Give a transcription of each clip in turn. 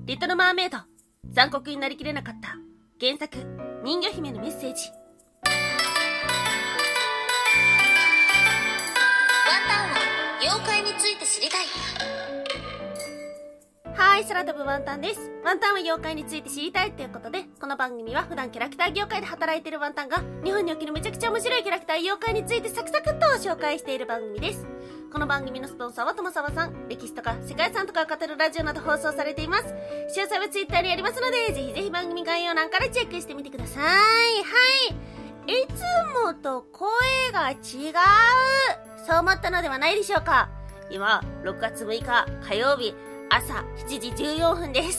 リトルマーメイド、残酷になりきれなかった。原作、人魚姫のメッセージ。 ワンタンは妖怪について知りたい。 はい、空飛ぶワンタンです。ワンタンは妖怪について知りたいということで、この番組は普段キャラクター業界で働いているワンタンが日本におけるめちゃくちゃ面白いキャラクター妖怪についてサクサクっと紹介している番組です。この番組のスポンサーはともさわさん。歴史とか世界遺産とかを語るラジオなど放送されています。詳細はツイッターにありますので、ぜひぜひ番組概要欄からチェックしてみてください。はい、いつもと声が違う、そう思ったのではないでしょうか。今6月6日火曜日朝7時14分です。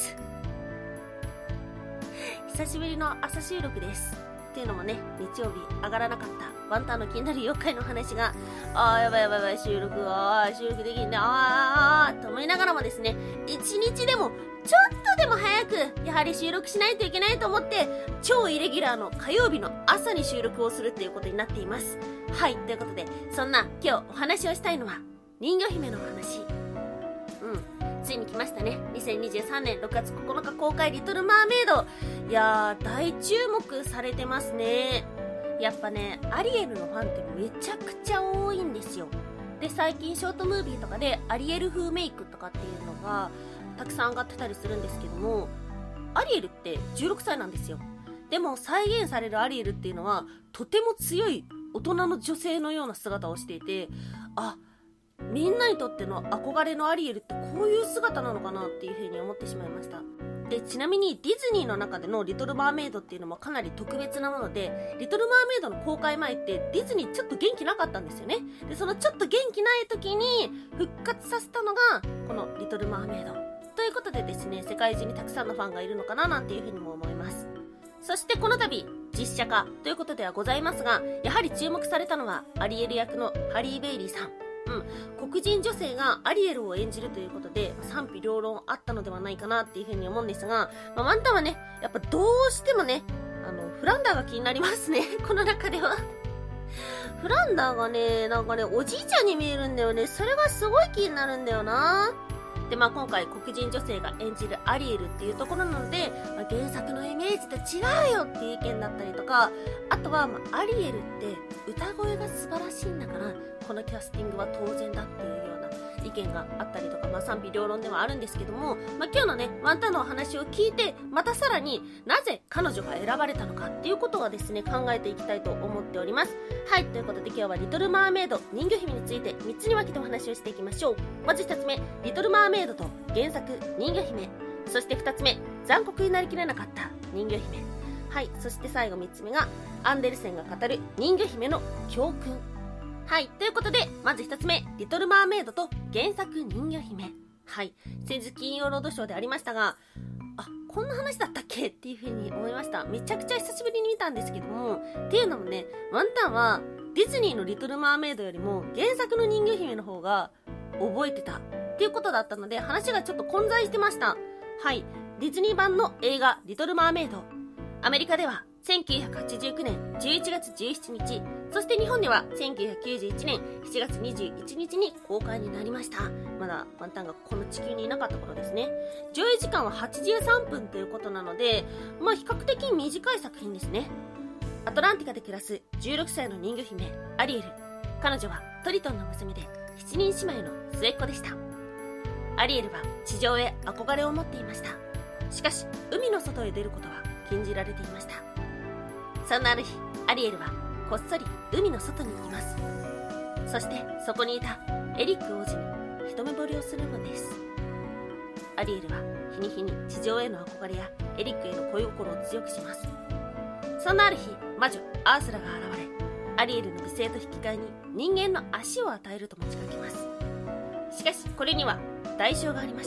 久しぶりの朝収録です。っていうのもね、日曜日上がらなかったワンタンの気になる妖怪の話が、やばい収録できんねと思いながらもですね、一日でもちょっとでも早くやはり収録しないといけないと思って、超イレギュラーの火曜日の朝に収録をするっていうことになっています。はい、ということで、そんな今日お話をしたいのは人魚姫のお話。ついに来ましたね。2023年6月9日公開、リトルマーメイド。いやー、大注目されてますね。やっぱね、アリエルのファンってめちゃくちゃ多いんですよ。で、最近ショートムービーとかでアリエル風メイクとかっていうのがたくさん上がってたりするんですけども、アリエルって16歳なんですよ。でも再現されるアリエルっていうのはとても強い大人の女性のような姿をしていて、みんなにとっての憧れのアリエルってこういう姿なのかなっていう風に思ってしまいました。で、ちなみにディズニーの中でのリトルマーメイドっていうのもかなり特別なもので、リトルマーメイドの公開前ってディズニーちょっと元気なかったんですよね。で、そのちょっと元気ない時に復活させたのがこのリトルマーメイドということでですね、世界中にたくさんのファンがいるのかななんていう風にも思います。そしてこの度実写化ということではございますが、やはり注目されたのはアリエル役のハリー・ベイリーさん。黒人女性がアリエルを演じるということで賛否両論あったのではないかなっていうふうに思うんですが、ワンタンはね、やっぱどうしてもね、フランダーが気になりますね。この中ではフランダーがね、なんかね、おじいちゃんに見えるんだよね。それがすごい気になるんだよな。で、今回黒人女性が演じるアリエルっていうところなので、原作のイメージと違うよっていう意見だったりとか、あとは、アリエルって歌声が素晴らしいんだからこのキャスティングは当然だっていうような意見があったりとか、賛否両論ではあるんですけども、今日のねワンタンのお話を聞いて、またさらになぜ彼女が選ばれたのかっていうことはですね、考えていきたいと思っております。はい、ということで今日はリトルマーメイド、人魚姫について3つに分けてお話をしていきましょう。まず1つ目、リトルマーメイドと原作人魚姫。そして2つ目、残酷になりきれなかった人魚姫。はい、そして最後3つ目がアンデルセンが語る人魚姫の教訓。はい、ということでまず1つ目、リトルマーメイドと原作人魚姫。はい、先日金曜ロードショーでありましたが、こんな話だったっけっていう風に思いました。めちゃくちゃ久しぶりに見たんですけども、っていうのもね、ワンタンはディズニーのリトルマーメイドよりも原作の人魚姫の方が覚えてたっていうことだったので、話がちょっと混在してました。はい、ディズニー版の映画リトルマーメイド、アメリカでは1989年11月17日、そして日本では1991年7月21日に公開になりました。まだワンタンがこの地球にいなかった頃ですね。上映時間は83分ということなので、比較的短い作品ですね。アトランティカで暮らす16歳の人魚姫アリエル。彼女はトリトンの娘で7人姉妹の末っ子でした。アリエルは地上へ憧れを持っていました。しかし海の外へ出ることは禁じられていました。そんなある日、アリエルはこっそり海の外に行きます。そしてそこにいたエリック王子に一目惚れをするのです。アリエルは日に日に地上への憧れやエリックへの恋心を強くします。そんなある日、魔女アースラが現れ、アリエルの美声と引き換えに人間の足を与えると持ちかけます。しかしこれには代償がありました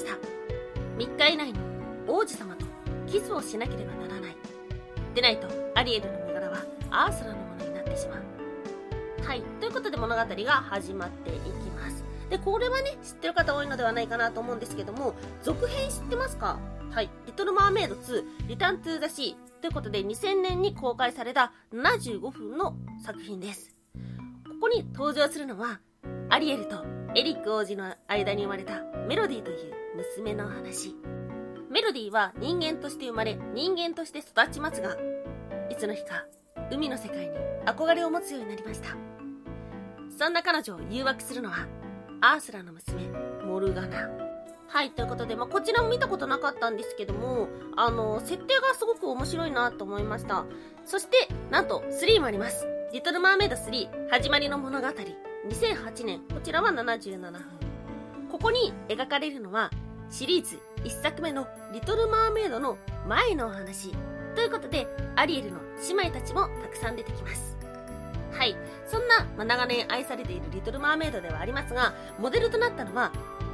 。3日以内に王子様とキスをしなければならない。でないとアリエルの身柄はアースラのものになってしまう。はい、ということで物語が始まっていきます。で、これはね、知ってる方多いのではないかなと思うんですけども、続編知ってますか？はい、リトルマーメイド2リターントゥーザシーということで2000年に公開された75分の作品です。ここに登場するのはアリエルとエリック王子の間に生まれたメロディーという娘の話。メロロディは人間として生まれ、人間として育ちますが、いつの日か海の世界に憧れを持つようになりました。そんな彼女を誘惑するのはアースラの娘モルガナ。はい、ということで、こちらも見たことなかったんですけども、設定がすごく面白いなと思いました。そしてなんと3もあります。リトルマーメイド3始まりの物語、2008年、こちらは77分。ここに描かれるのはシリーズ1作目のリトルマーメイドの前のお話ということで、アリエルの姉妹たちもたくさん出てきます。はい、そんな、長年愛されているリトルマーメイドではありますが、モデルとなったのは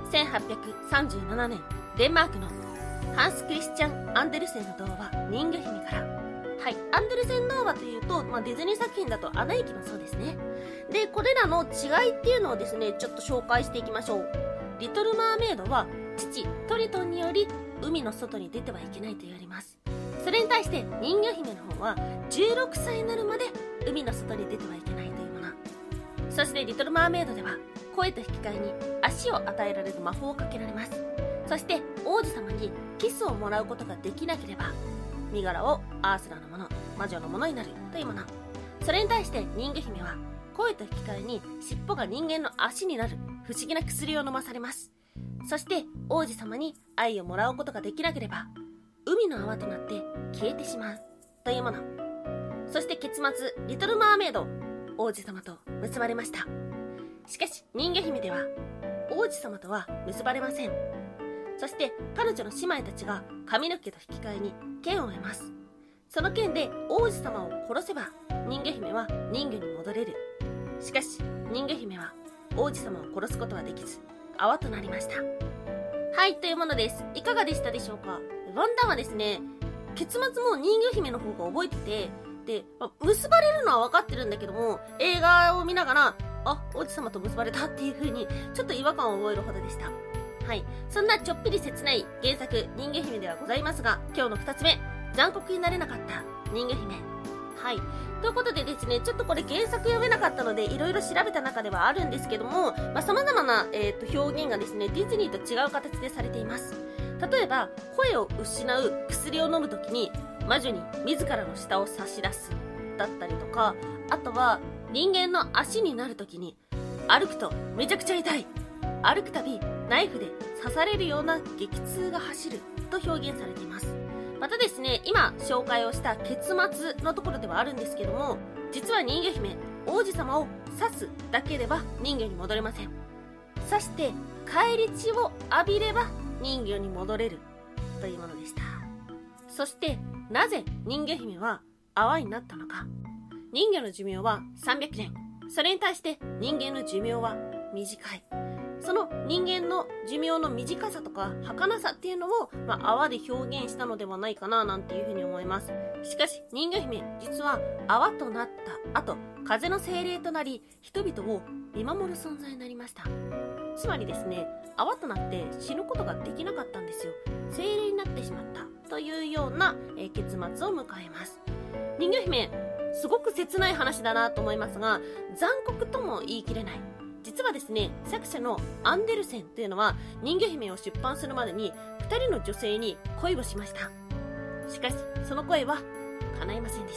1837年デンマークのハンス・クリスチャン・アンデルセンの童話人魚姫から。はい、アンデルセン童話というと、ディズニー作品だとアナ雪もそうですね。で、これらの違いっていうのをですね、ちょっと紹介していきましょう。リトルマーメイドは父トリトンにより海の外に出てはいけないと言われます。それに対して人魚姫の方は16歳になるまで海の外に出てはいけないというもの。そしてリトルマーメイドでは声と引き換えに足を与えられる魔法をかけられます。そして王子様にキスをもらうことができなければ身柄をアースラのもの、魔女のものになるというもの。それに対して人魚姫は声と引き換えに尻尾が人間の足になる不思議な薬を飲まされます。そして王子様に愛をもらうことができなければ海の泡となって消えてしまうというもの。そして結末、リトルマーメイド王子様と結ばれました。しかし人魚姫では王子様とは結ばれません。そして彼女の姉妹たちが髪の毛と引き換えに剣を得ます。その剣で王子様を殺せば人魚姫は人魚に戻れる。しかし人魚姫は王子様を殺すことはできず泡となりました。はい、というものです。いかがでしたでしょうか。ワンダンはですね、結末も人魚姫の方が覚えてて、で、結ばれるのは分かってるんだけども、映画を見ながら、王子様と結ばれたっていう風にちょっと違和感を覚えるほどでした。はい、そんなちょっぴり切ない原作人魚姫ではございますが、今日の2つ目、残酷になれなかった人魚姫。はい、ということでですね、ちょっとこれ原作読めなかったのでいろいろ調べた中ではあるんですけども、様々な、表現がですね、ディズニーと違う形でされています。例えば声を失う薬を飲むときに魔女に自らの舌を差し出すだったりとか、あとは人間の足になるときに歩くとめちゃくちゃ痛い、歩くたびナイフで刺されるような激痛が走ると表現されています。またですね、今紹介をした結末のところではあるんですけども、実は人魚姫王子様を刺すだけでは人魚に戻れません。刺して返り血を浴びれば人魚に戻れるというものでした。そしてなぜ人魚姫は泡になったのか。人魚の寿命は300年。それに対して人間の寿命は短い。その人間の寿命の短さとか儚さっていうのを、泡で表現したのではないかななんていうふうに思います。しかし人魚姫実は泡となった後、風の精霊となり人々を見守る存在になりました。つまりですね、泡となって死ぬことができなかったんですよ。精霊になってしまったというような、結末を迎えます。人魚姫すごく切ない話だなと思いますが、残酷とも言い切れない。実はですね、作者のアンデルセンというのは人魚姫を出版するまでに2人の女性に恋をしました。しかしその恋は叶いませんでした。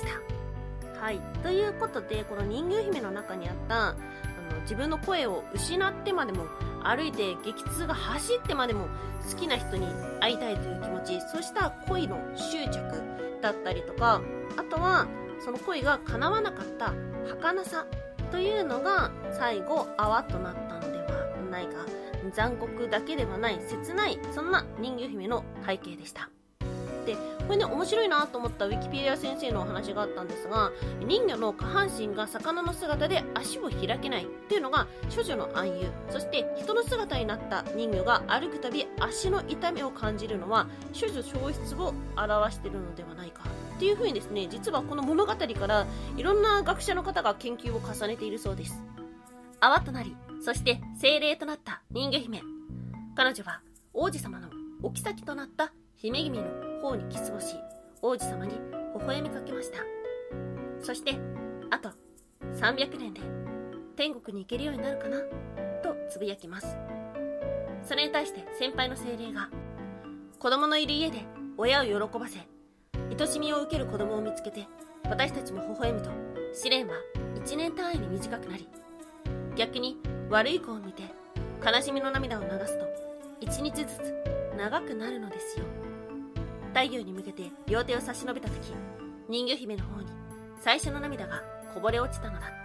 はい、ということで、この人魚姫の中にあった自分の声を失ってまでも歩いて激痛が走ってまでも好きな人に会いたいという気持ち、そうした恋の執着だったりとか、あとはその恋が叶わなかった儚さというのが最後泡となったのではないか。残酷だけではない切ない、そんな人魚姫の背景でした。でこれね、面白いなと思ったウィキペディア先生のお話があったんですが、人魚の下半身が魚の姿で足を開けないっていうのが処女の暗喩。そして人の姿になった人魚が歩くたび足の痛みを感じるのは処女消失を表しているのではないかっていう風にですね、実はこの物語からいろんな学者の方が研究を重ねているそうです。泡となり、そして精霊となった人魚姫。彼女は王子様のお妃となった姫君の方にキスをし、王子様に微笑みかけました。そしてあと300年で天国に行けるようになるかなとつぶやきます。それに対して先輩の精霊が、 子供のいる家で親を喜ばせ、愛しみを受ける子供を見つけて、私たちも微笑むと、試練は1年単位に短くなり、逆に悪い子を見て悲しみの涙を流すと、1日ずつ長くなるのですよ。太陽に向けて両手を差し伸べたとき、人魚姫の方に最初の涙がこぼれ落ちたのだった。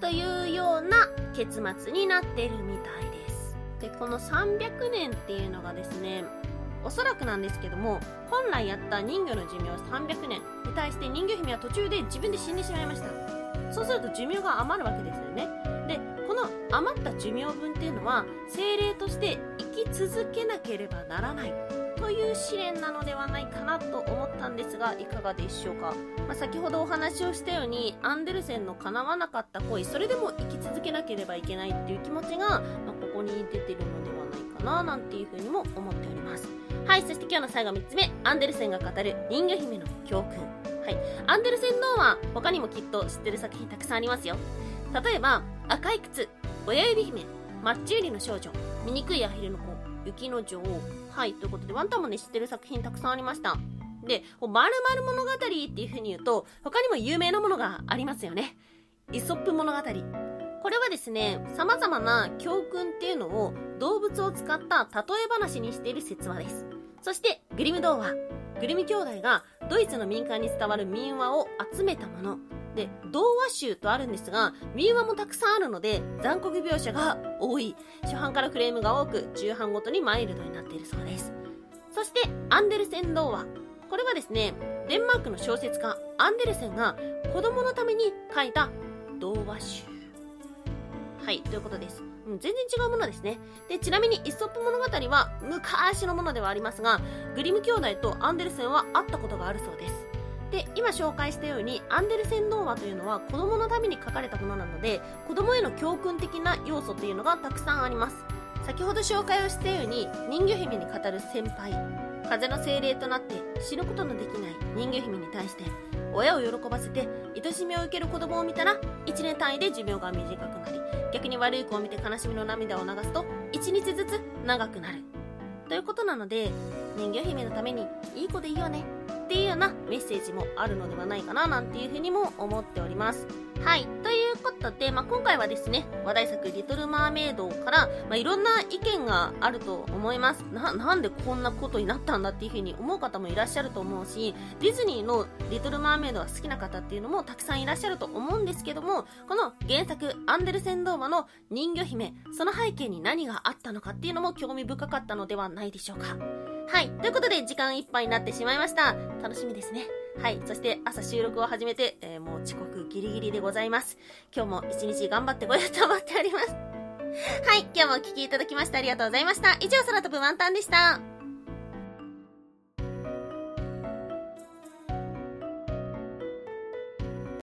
というような結末になっているみたいです。で、この300年っていうのがですね、おそらくなんですけども、本来やった人魚の寿命300年に対して人魚姫は途中で自分で死んでしまいました。そうすると寿命が余るわけですよね。で、この余った寿命分っていうのは精霊として生き続けなければならないという試練なのではないかなと思ったんですが、いかがでしょうか。先ほどお話をしたように、アンデルセンの叶わなかった恋、それでも生き続けなければいけないっていう気持ちが、ここに出てるのではないかななんていうふうにも思っております。はい、そして今日の最後3つ目、アンデルセンが語る人魚姫の教訓。はい、アンデルセン童話、他にもきっと知ってる作品たくさんありますよ。例えば、赤い靴、親指姫、マッチ売りの少女、醜いアヒルの子、雪の女王。はい、ということでワンタンもね知ってる作品たくさんありました。で、〇〇物語っていう風に言うと、他にも有名なものがありますよね。イソップ物語。これはですね、様々な教訓っていうのを動物を使った例え話にしている説話です。そしてグリム童話。グリム兄弟がドイツの民間に伝わる民話を集めたもので、童話集とあるんですが、民話もたくさんあるので残酷描写が多い、初版からクレームが多く、中版ごとにマイルドになっているそうです。そしてアンデルセン童話。これはですね、デンマークの小説家アンデルセンが子供のために書いた童話集。はい、ということです。全然違うものですね。で、ちなみにイソップ物語は昔のものではありますが、グリム兄弟とアンデルセンは会ったことがあるそうです。で、今紹介したようにアンデルセン童話というのは子供のために書かれたものなので、子供への教訓的な要素というのがたくさんあります。先ほど紹介をしたように、人魚姫に語る先輩、風の精霊となって死ぬことのできない人魚姫に対して、親を喜ばせて愛しみを受ける子供を見たら1年単位で寿命が短くなり、逆に悪い子を見て悲しみの涙を流すと1日ずつ長くなるということなので、人魚姫のためにいい子でいいよねっていうようなメッセージもあるのではないかななんていうふうにも思っております。はい、ということで、今回はですね、話題作リトルマーメイドから、いろんな意見があると思います。なんでこんなことになったんだっていうふうに思う方もいらっしゃると思うし、ディズニーのリトルマーメイドが好きな方っていうのもたくさんいらっしゃると思うんですけども、この原作アンデルセン童話の人魚姫、その背景に何があったのかっていうのも興味深かったのではないでしょうか。はい、ということで時間いっぱいになってしまいました。楽しみですね。はい、そして朝収録を始めて、もう遅刻ギリギリでございます。今日も一日頑張ってこようと思っております。はい、今日もお聞きいただきましてありがとうございました。以上、空飛ぶワンタンでした。